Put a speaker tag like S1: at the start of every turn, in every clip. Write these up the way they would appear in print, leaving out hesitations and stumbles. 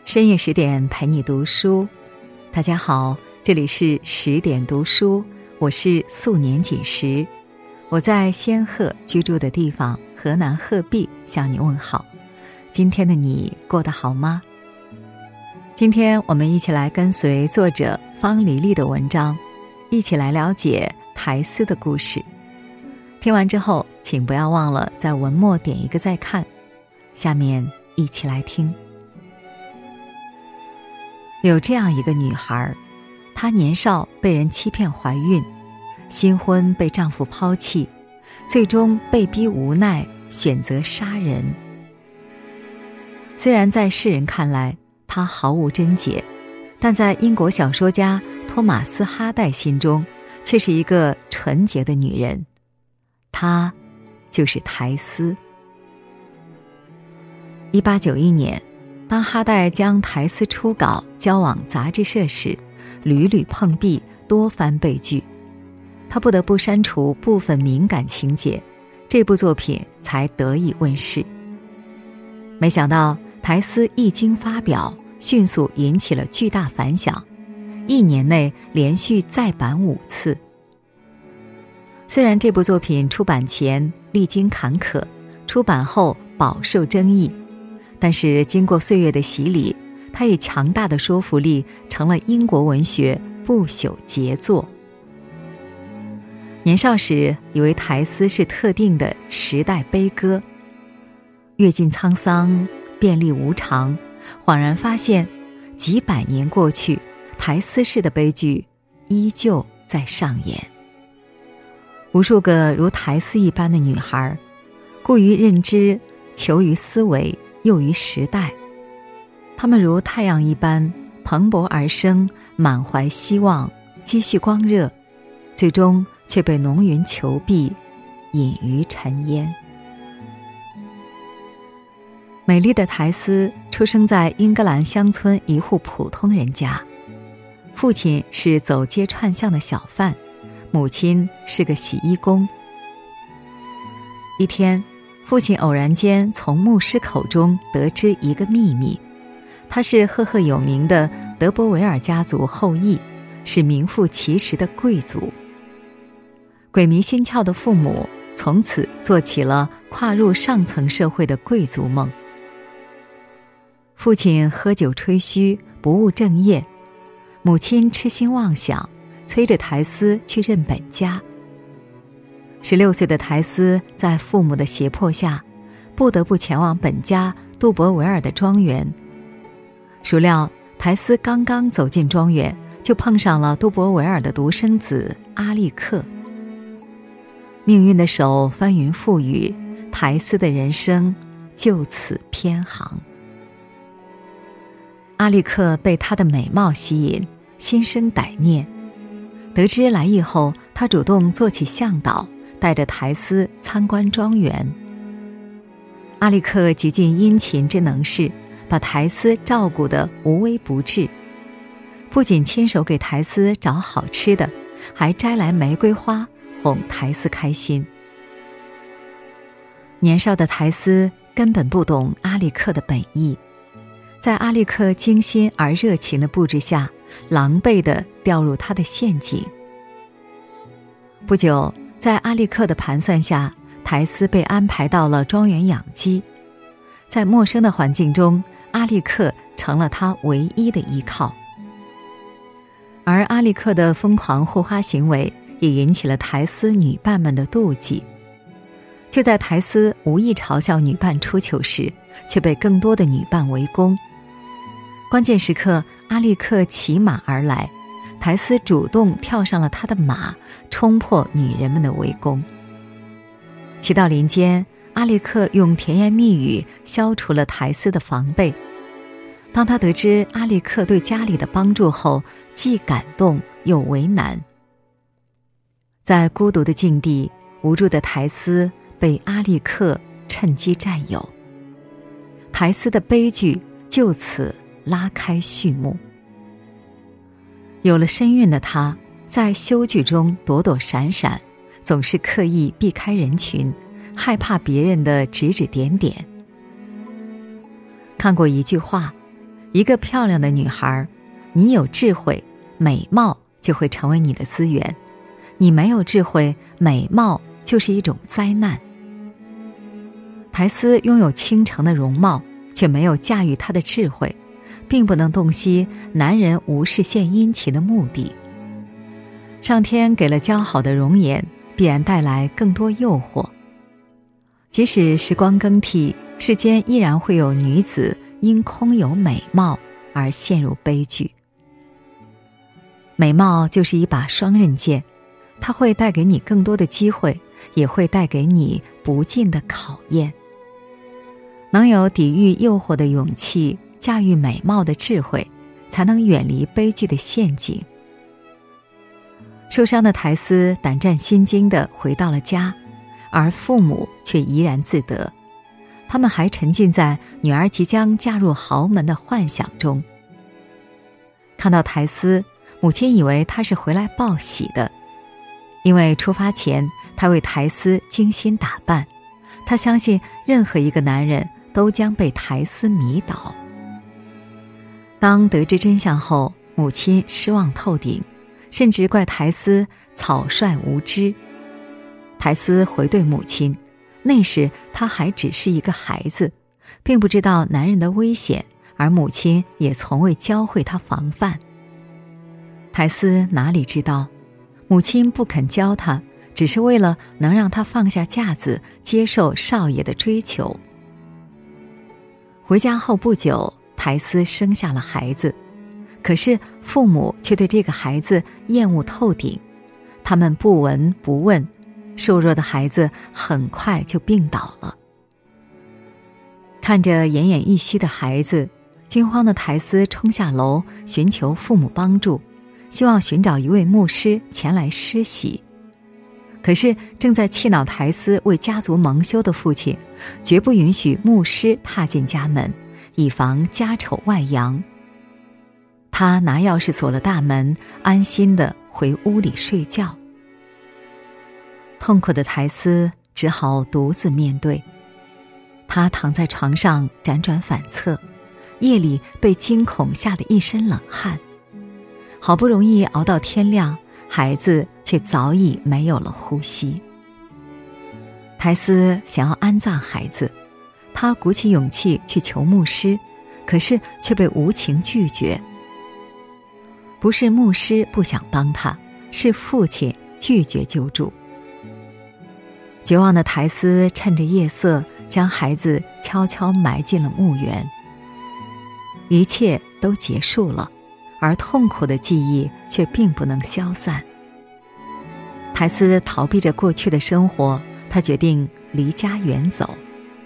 S1: 深夜10点陪你读书。大家好，这里是10点读书，我是素年锦时，我在仙鹤居住的地方河南鹤壁向你问好。今天的你过得好吗？今天我们一起来跟随作者方黎丽的文章，一起来了解苔丝的故事。听完之后，请不要忘了在文末点一个再看。下面一起来听。有这样一个女孩，她年少被人欺骗怀孕，新婚被丈夫抛弃，最终被逼无奈选择杀人。虽然在世人看来她毫无贞洁，但在英国小说家托马斯·哈代心中却是一个纯洁的女人，她就是苔丝。1891年，当哈代将苔丝初稿交往杂志社时，屡屡碰壁，多番被拒，他不得不删除部分敏感情节，这部作品才得以问世。没想到苔丝一经发表，迅速引起了巨大反响，1年内连续再版5次。虽然这部作品出版前历经坎坷，出版后饱受争议，但是经过岁月的洗礼，它以强大的说服力成了英国文学不朽杰作。年少时以为苔丝是特定的时代悲歌，阅尽沧桑，遍历无常，恍然发现几百年过去，苔丝式的悲剧依旧在上演。无数个如苔丝一般的女孩，固于认知，求于思维，囿于时代，她们如太阳一般蓬勃而生，满怀希望，积蓄光热，最终却被浓云裘蔽，隐于尘烟。美丽的苔丝出生在英格兰乡村一户普通人家，父亲是走街串巷的小贩，母亲是个洗衣工。一天，父亲偶然间从牧师口中得知一个秘密，他是赫赫有名的德伯维尔家族后裔，是名副其实的贵族。鬼迷心窍的父母从此做起了跨入上层社会的贵族梦。父亲喝酒吹嘘，不务正业，母亲痴心妄想，催着苔丝去认本家。16岁的苔丝在父母的胁迫下，不得不前往本家杜伯维尔的庄园。孰料苔丝刚刚走进庄园，就碰上了杜伯维尔的独生子阿利克。命运的手翻云覆雨，苔丝的人生就此偏航。阿利克被她的美貌吸引，心生歹念。得知来意后，他主动做起向导，带着苔丝参观庄园。阿利克极尽殷勤之能事，把苔丝照顾得无微不至，不仅亲手给苔丝找好吃的，还摘来玫瑰花哄苔丝开心。年少的苔丝根本不懂阿利克的本意，在阿利克精心而热情的布置下，狼狈地掉入他的陷阱。不久，在阿利克的盘算下，苔丝被安排到了庄园养鸡。在陌生的环境中，阿利克成了他唯一的依靠。而阿利克的疯狂护花行为也引起了苔丝女伴们的妒忌。就在苔丝无意嘲笑女伴出糗时，却被更多的女伴围攻。关键时刻，阿利克骑马而来，苔丝主动跳上了他的马，冲破女人们的围攻。骑到林间，阿利克用甜言蜜语消除了苔丝的防备。当他得知阿利克对家里的帮助后，既感动又为难。在孤独的境地，无助的苔丝被阿利克趁机占有，苔丝的悲剧就此拉开序幕。有了身孕的她，在羞惧中躲躲闪闪，总是刻意避开人群，害怕别人的指指点点。看过一句话， 一个漂亮的女孩，你有智慧，美貌就会成为你的资源；你没有智慧，美貌就是一种灾难。苔丝拥有倾城的容貌，却没有驾驭她的智慧，并不能洞悉男人无事献殷勤的目的。上天给了姣好的容颜，必然带来更多诱惑。即使时光更替，世间依然会有女子因空有美貌而陷入悲剧。美貌就是一把双刃剑，它会带给你更多的机会，也会带给你不尽的考验。能有抵御诱惑的勇气，驾驭美貌的智慧，才能远离悲剧的陷阱。受伤的苔丝胆战心惊地回到了家，而父母却怡然自得。他们还沉浸在女儿即将嫁入豪门的幻想中。看到苔丝，母亲以为她是回来报喜的，因为出发前她为苔丝精心打扮，她相信任何一个男人都将被苔丝迷倒。当得知真相后，母亲失望透顶，甚至怪苔丝草率无知。苔丝回对母亲，那时她还只是一个孩子，并不知道男人的危险，而母亲也从未教会她防范。苔丝哪里知道，母亲不肯教她，只是为了能让她放下架子，接受少爷的追求。回家后不久，苔丝生下了孩子，可是父母却对这个孩子厌恶透顶，他们不闻不问，瘦弱的孩子很快就病倒了。看着奄奄一息的孩子，惊慌的苔丝冲下楼寻求父母帮助，希望寻找一位牧师前来施洗。可是正在气恼苔丝为家族蒙羞的父亲，绝不允许牧师踏进家门，以防家丑外扬。他拿钥匙锁了大门，安心地回屋里睡觉。痛苦的苔丝只好独自面对。他躺在床上辗转反侧，夜里被惊恐吓得一身冷汗。好不容易熬到天亮，孩子却早已没有了呼吸。苔丝想要安葬孩子，他鼓起勇气去求牧师，可是却被无情拒绝。不是牧师不想帮他，是父亲拒绝救助。绝望的苔丝趁着夜色，将孩子悄悄埋进了墓园。一切都结束了，而痛苦的记忆却并不能消散。苔丝逃避着过去的生活，她决定离家远走。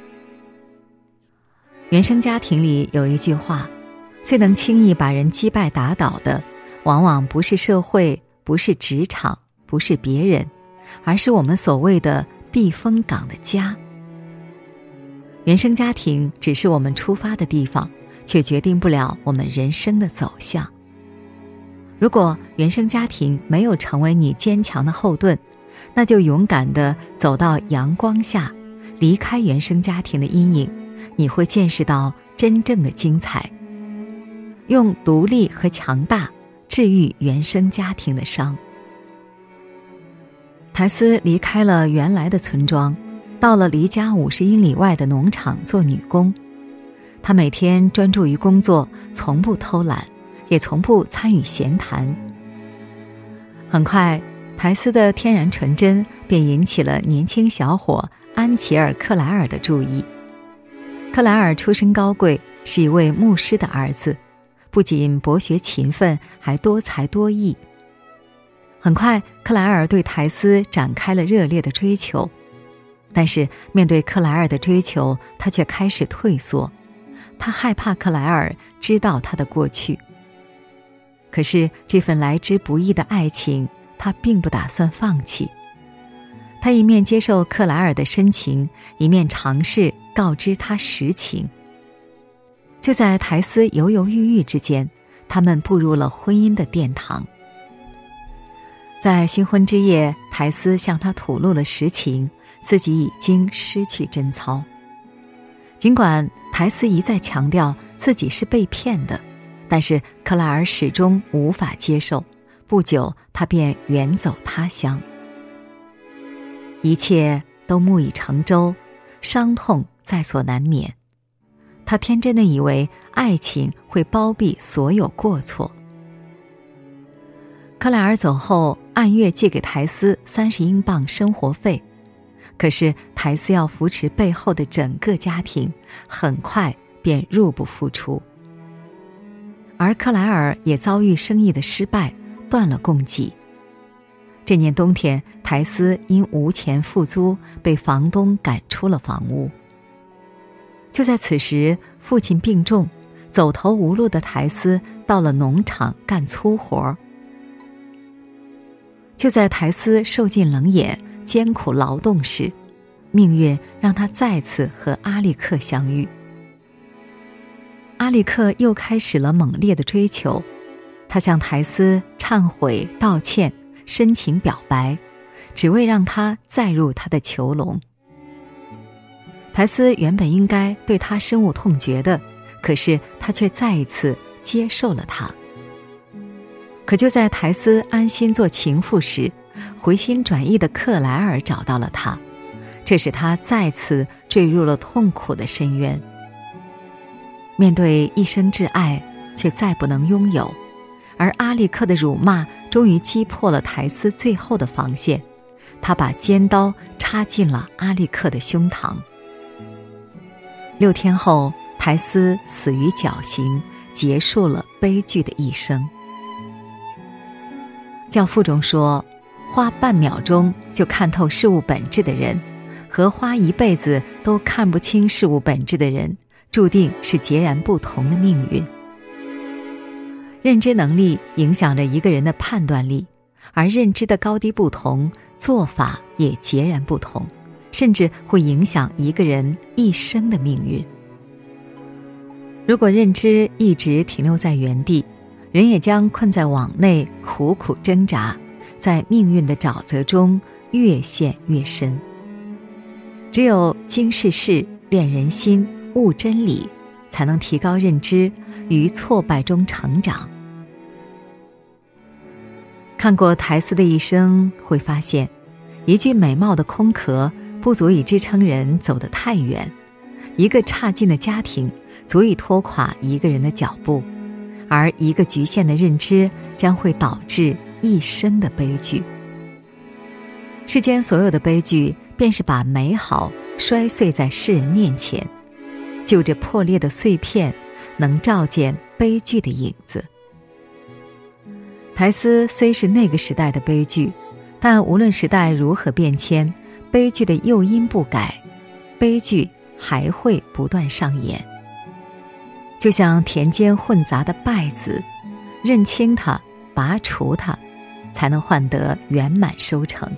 S1: 原生家庭里有一句话，最能轻易把人击败打倒的，往往不是社会，不是职场，不是别人，而是我们所谓的避风港的家。原生家庭只是我们出发的地方，却决定不了我们人生的走向。如果原生家庭没有成为你坚强的后盾，那就勇敢地走到阳光下，离开原生家庭的阴影，你会见识到真正的精彩。用独立和强大治愈原生家庭的伤。苔丝离开了原来的村庄，到了离家50英里外的农场做女工。她每天专注于工作，从不偷懒，也从不参与闲谈。很快，苔丝的天然纯真便引起了年轻小伙安琪尔·克莱尔的注意。克莱尔出身高贵，是一位牧师的儿子，不仅博学勤奋，还多才多艺。很快，克莱尔对苔丝展开了热烈的追求，但是面对克莱尔的追求，他却开始退缩。他害怕克莱尔知道他的过去。可是这份来之不易的爱情，他并不打算放弃。他一面接受克莱尔的深情，一面尝试告知他实情。就在苔丝犹犹豫豫之间，他们步入了婚姻的殿堂。在新婚之夜，苔丝向他吐露了实情，自己已经失去贞操。尽管苔丝一再强调自自己是被骗的，但是克莱尔始终无法接受。不久，他便远走他乡。一切都木已成舟，伤痛在所难免。他天真的以为爱情会包庇所有过错。克莱尔走后，按月寄给苔丝30英镑生活费，可是苔丝要扶持背后的整个家庭，很快便入不敷出。而克莱尔也遭遇生意的失败，断了供给。这年冬天，苔丝因无钱付租，被房东赶出了房屋。就在此时，父亲病重，走投无路的苔丝到了农场干粗活。就在苔丝受尽冷眼、艰苦劳动时，命运让他再次和阿历克相遇。阿历克又开始了猛烈的追求，他向苔丝忏悔道歉，深情表白，只为让他再入他的囚笼。苔丝原本应该对他深恶痛绝的，可是他却再一次接受了他。可就在苔丝安心做情妇时，回心转意的克莱尔找到了他，这使他再次坠入了痛苦的深渊。面对一生挚爱，却再不能拥有，而阿历克的辱骂终于击破了苔丝最后的防线，他把尖刀插进了阿历克的胸膛。6天后，苔丝死于绞刑，结束了悲剧的一生。教父中说，花半秒钟就看透事物本质的人，和花一辈子都看不清事物本质的人，注定是截然不同的命运。认知能力影响着一个人的判断力，而认知的高低不同，做法也截然不同，甚至会影响一个人一生的命运。如果认知一直停留在原地，人也将困在网内苦苦挣扎，在命运的沼泽中越陷越深。只有经世事、练人心、悟真理，才能提高认知，于挫败中成长。看过苔丝的一生，会发现一具美貌的空壳不足以支撑人走得太远，一个差劲的家庭足以拖垮一个人的脚步，而一个局限的认知将会导致一生的悲剧。世间所有的悲剧，便是把美好摔碎在世人面前，就这破裂的碎片，能照见悲剧的影子。苔丝虽是那个时代的悲剧，但无论时代如何变迁，悲剧的诱因不改，悲剧还会不断上演。就像田间混杂的稗子，认清它，拔除它，才能换得圆满收成。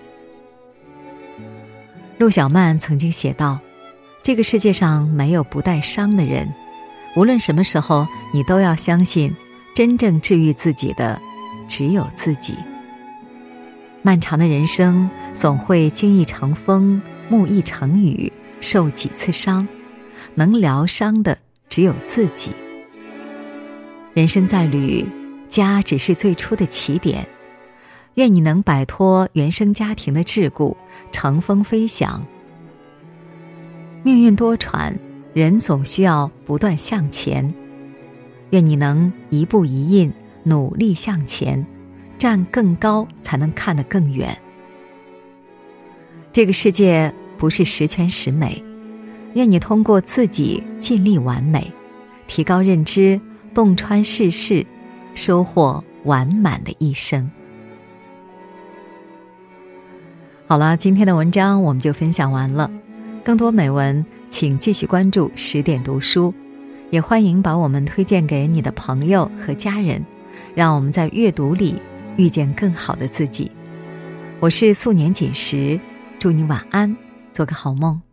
S1: 陆小曼曾经写道，这个世界上没有不带伤的人，无论什么时候，你都要相信，真正治愈自己的只有自己。漫长的人生总会经一成风，沐一成雨，受几次伤，能疗伤的只有自己。人生在旅，家只是最初的起点。愿你能摆脱原生家庭的桎梏，乘风飞翔。命运多舛，人总需要不断向前。愿你能一步一印，努力向前，站更高才能看得更远。这个世界不是十全十美，愿你通过自己尽力完美，提高认知，洞穿世事，收获完满的一生。好了，今天的文章我们就分享完了。更多美文，请继续关注10点读书，也欢迎把我们推荐给你的朋友和家人，让我们在阅读里遇见更好的自己。我是素年锦时，祝你晚安，做个好梦。